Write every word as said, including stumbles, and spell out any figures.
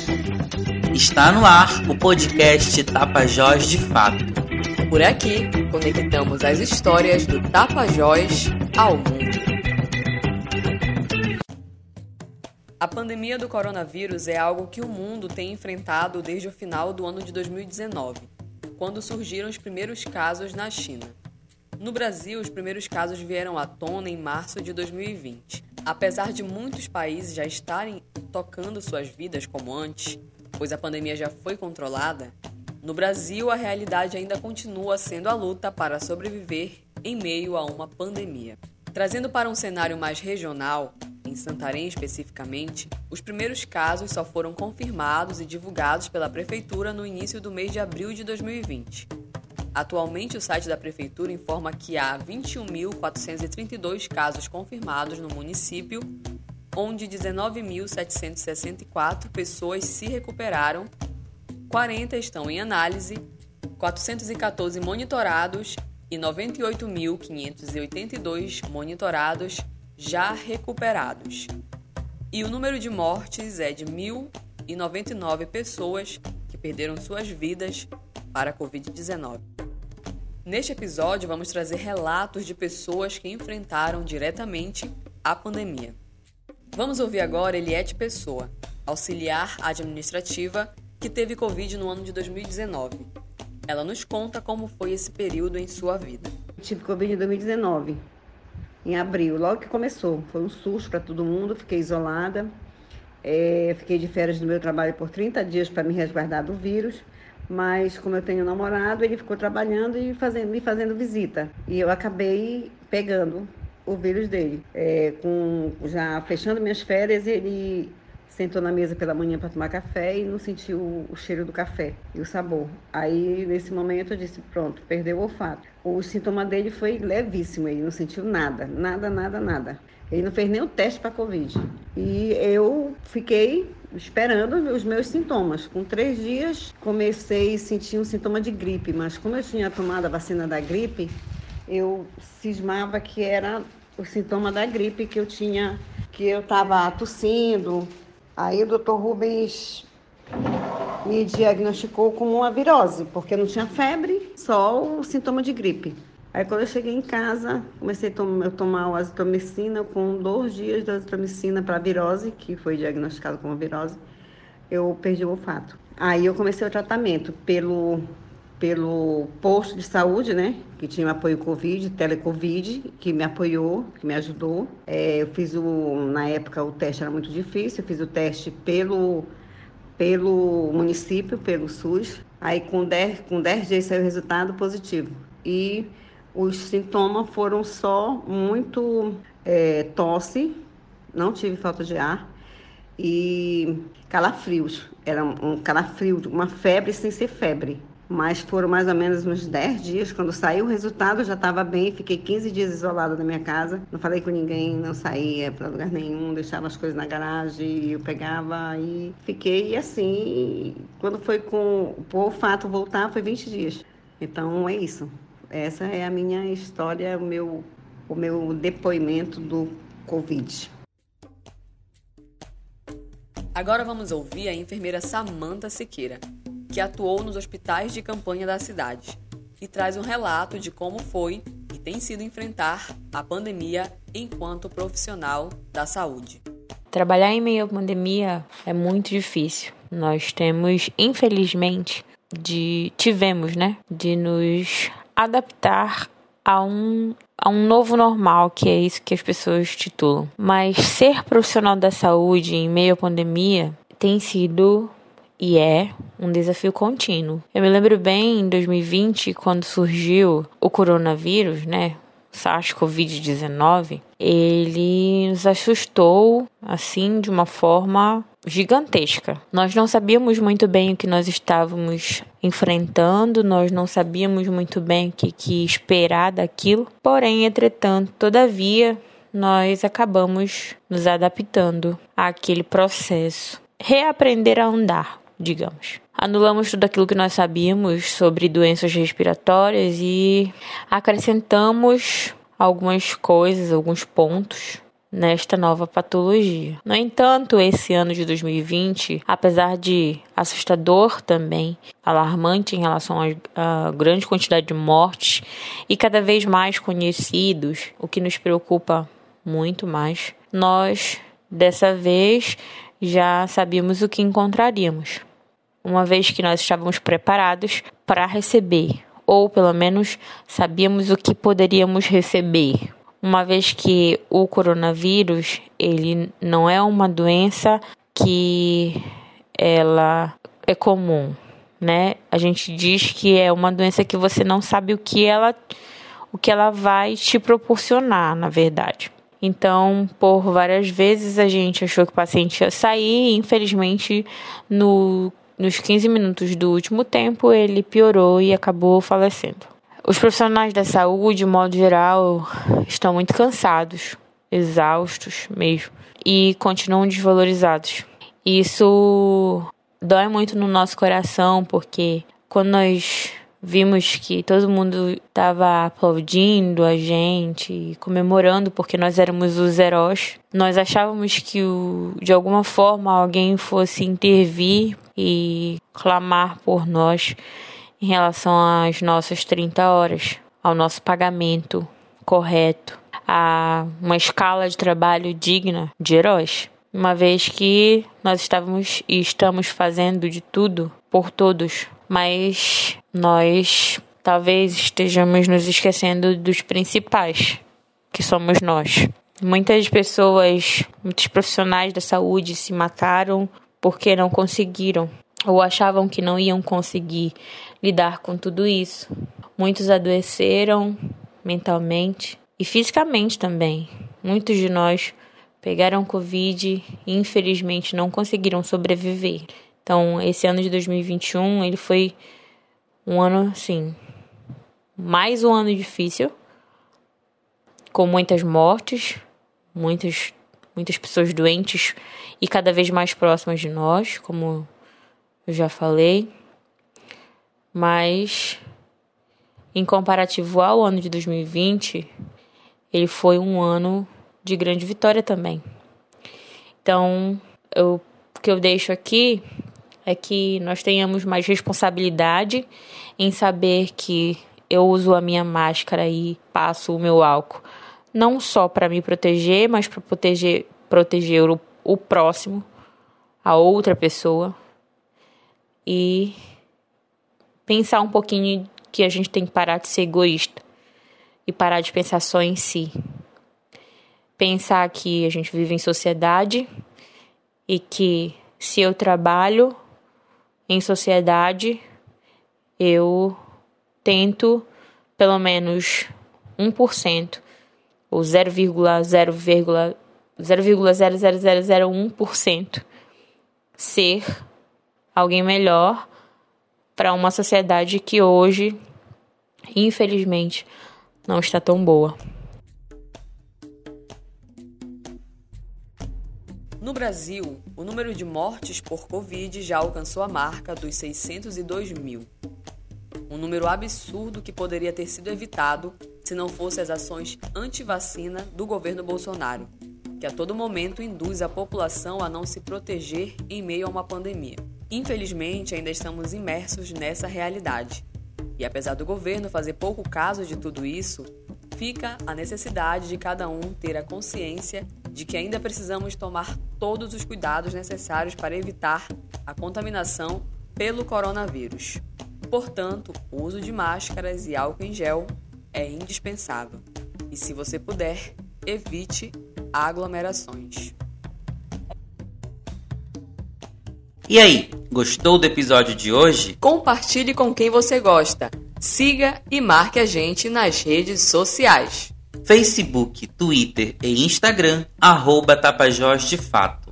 Está no ar o podcast Tapajós de Fato. Por aqui, conectamos as histórias do Tapajós ao mundo. A pandemia do coronavírus é algo que o mundo tem enfrentado desde o final do ano de dois mil e dezenove, quando surgiram os primeiros casos na China. No Brasil, os primeiros casos vieram à tona em março de dois mil e vinte. Apesar de muitos países já estarem tocando suas vidas como antes, pois a pandemia já foi controlada, no Brasil a realidade ainda continua sendo a luta para sobreviver em meio a uma pandemia. Trazendo para um cenário mais regional, em Santarém especificamente, os primeiros casos só foram confirmados e divulgados pela Prefeitura no início do mês de abril de dois mil e vinte. Atualmente, o site da Prefeitura informa que há vinte e um mil quatrocentos e trinta e dois casos confirmados no município, onde dezenove mil setecentos e sessenta e quatro pessoas se recuperaram, quarenta estão em análise, quatrocentos e catorze monitorados e noventa e oito mil quinhentos e oitenta e dois monitorados já recuperados. E o número de mortes é de mil e noventa e nove pessoas que perderam suas vidas para a covid dezenove. Neste episódio, vamos trazer relatos de pessoas que enfrentaram diretamente a pandemia. Vamos ouvir agora Eliette Pessoa, auxiliar administrativa que teve Covid no ano de dois mil e dezenove. Ela nos conta como foi esse período em sua vida. Eu tive Covid em dois mil e dezenove, em abril, logo que começou. Foi um susto para todo mundo, fiquei isolada. É, fiquei de férias no meu trabalho por trinta dias para me resguardar do vírus. Mas como eu tenho namorado, ele ficou trabalhando e fazendo, me fazendo visita. E eu acabei pegando o vírus dele. É, com, já fechando minhas férias, ele sentou na mesa pela manhã para tomar café e não sentiu o, o cheiro do café e o sabor. Aí, nesse momento, eu disse, pronto, perdeu o olfato. O sintoma dele foi levíssimo, ele não sentiu nada, nada, nada, nada. Ele não fez nem o teste para Covid. E eu fiquei esperando os meus sintomas. Com três dias, comecei a sentir um sintoma de gripe, mas como eu tinha tomado a vacina da gripe, eu cismava que era o sintoma da gripe que eu tinha, que eu estava tossindo. Aí o doutor Rubens me diagnosticou como uma virose, porque eu não tinha febre, só o sintoma de gripe. Aí quando eu cheguei em casa, comecei a tomar, tomar o azitromicina, com dois dias de azitromicina para virose, que foi diagnosticado como virose, eu perdi o olfato. Aí eu comecei o tratamento pelo, pelo posto de saúde, né, que tinha apoio Covid, telecovid, que me apoiou, que me ajudou. É, eu fiz o, na época o teste era muito difícil, eu fiz o teste pelo, pelo município, pelo SUS. Aí com dez, com dez dias saiu o resultado positivo. E os sintomas foram só muito é, tosse, não tive falta de ar, e calafrios. Era um calafrio, uma febre sem ser febre. Mas foram mais ou menos uns dez dias. Quando saiu o resultado, eu já estava bem. Fiquei quinze dias isolada na minha casa. Não falei com ninguém, não saía para lugar nenhum, deixava as coisas na garagem, eu pegava e fiquei assim. Quando foi com o olfato voltar, foi vinte dias. Então é isso. Essa é a minha história, o meu, o meu depoimento do Covid. Agora vamos ouvir a enfermeira Samanta Siqueira, que atuou nos hospitais de campanha da cidade e traz um relato de como foi e tem sido enfrentar a pandemia enquanto profissional da saúde. Trabalhar em meio à pandemia é muito difícil. Nós temos, infelizmente, de, tivemos, né, de nos adaptar a um, a um novo normal, que é isso que as pessoas titulam. Mas ser profissional da saúde em meio à pandemia tem sido e é um desafio contínuo. Eu me lembro bem em dois mil e vinte, quando surgiu o coronavírus, né, SARS-CoV dezenove, ele nos assustou assim de uma forma gigantesca. Nós não sabíamos muito bem o que nós estávamos enfrentando, nós não sabíamos muito bem o que, que esperar daquilo. Porém, entretanto, todavia, nós acabamos nos adaptando àquele processo. Reaprender a andar, digamos. Anulamos tudo aquilo que nós sabíamos sobre doenças respiratórias e acrescentamos algumas coisas, alguns pontos nesta nova patologia. No entanto, esse ano de dois mil e vinte, apesar de assustador também, alarmante em relação à grande quantidade de mortes e cada vez mais conhecidos, o que nos preocupa muito mais, nós, dessa vez, já sabíamos o que encontraríamos, uma vez que nós estávamos preparados para receber, ou pelo menos sabíamos o que poderíamos receber. Uma vez que o coronavírus, ele não é uma doença que ela é comum, né? A gente diz que é uma doença que você não sabe o que ela, o que ela vai te proporcionar, na verdade. Então, por várias vezes a gente achou que o paciente ia sair e, infelizmente, no, nos quinze minutos do último tempo, ele piorou e acabou falecendo. Os profissionais da saúde, de modo geral, estão muito cansados, exaustos mesmo, e continuam desvalorizados. Isso dói muito no nosso coração, porque quando nós vimos que todo mundo estava aplaudindo a gente, comemorando porque nós éramos os heróis, nós achávamos que o, de alguma forma alguém fosse intervir e clamar por nós em relação às nossas trinta horas, ao nosso pagamento correto, a uma escala de trabalho digna de heróis. Uma vez que nós estávamos e estamos fazendo de tudo por todos, mas nós talvez estejamos nos esquecendo dos principais, que somos nós. Muitas pessoas, muitos profissionais da saúde se mataram porque não conseguiram ou achavam que não iam conseguir lidar com tudo isso. Muitos adoeceram mentalmente e fisicamente também. Muitos de nós pegaram Covid e infelizmente não conseguiram sobreviver. Então, esse ano de dois mil e vinte e um, ele foi um ano, assim, mais um ano difícil, com muitas mortes, muitas, muitas pessoas doentes e cada vez mais próximas de nós, como eu já falei. Mas, em comparativo ao ano de dois mil e vinte, ele foi um ano de grande vitória também. Então, eu, o que eu deixo aqui é que nós tenhamos mais responsabilidade em saber que eu uso a minha máscara e passo o meu álcool, não só para me proteger, mas para proteger, proteger o, o próximo, a outra pessoa, e pensar um pouquinho que a gente tem que parar de ser egoísta e parar de pensar só em si. Pensar que a gente vive em sociedade e que se eu trabalho em sociedade, eu tento pelo menos um por cento ou zero vírgula zero zero zero zero zero um por cento ser alguém melhor para uma sociedade que hoje, infelizmente, não está tão boa. No Brasil, o número de mortes por Covid já alcançou a marca dos seiscentos e dois mil. Um número absurdo que poderia ter sido evitado se não fossem as ações anti-vacina do governo Bolsonaro, que a todo momento induz a população a não se proteger em meio a uma pandemia. Infelizmente, ainda estamos imersos nessa realidade. E apesar do governo fazer pouco caso de tudo isso, fica a necessidade de cada um ter a consciência de que ainda precisamos tomar todos os cuidados necessários para evitar a contaminação pelo coronavírus. Portanto, o uso de máscaras e álcool em gel é indispensável. E se você puder, evite aglomerações. E aí, gostou do episódio de hoje? Compartilhe com quem você gosta. Siga e marque a gente nas redes sociais. Facebook, Twitter e Instagram, arroba Tapajós de Fato.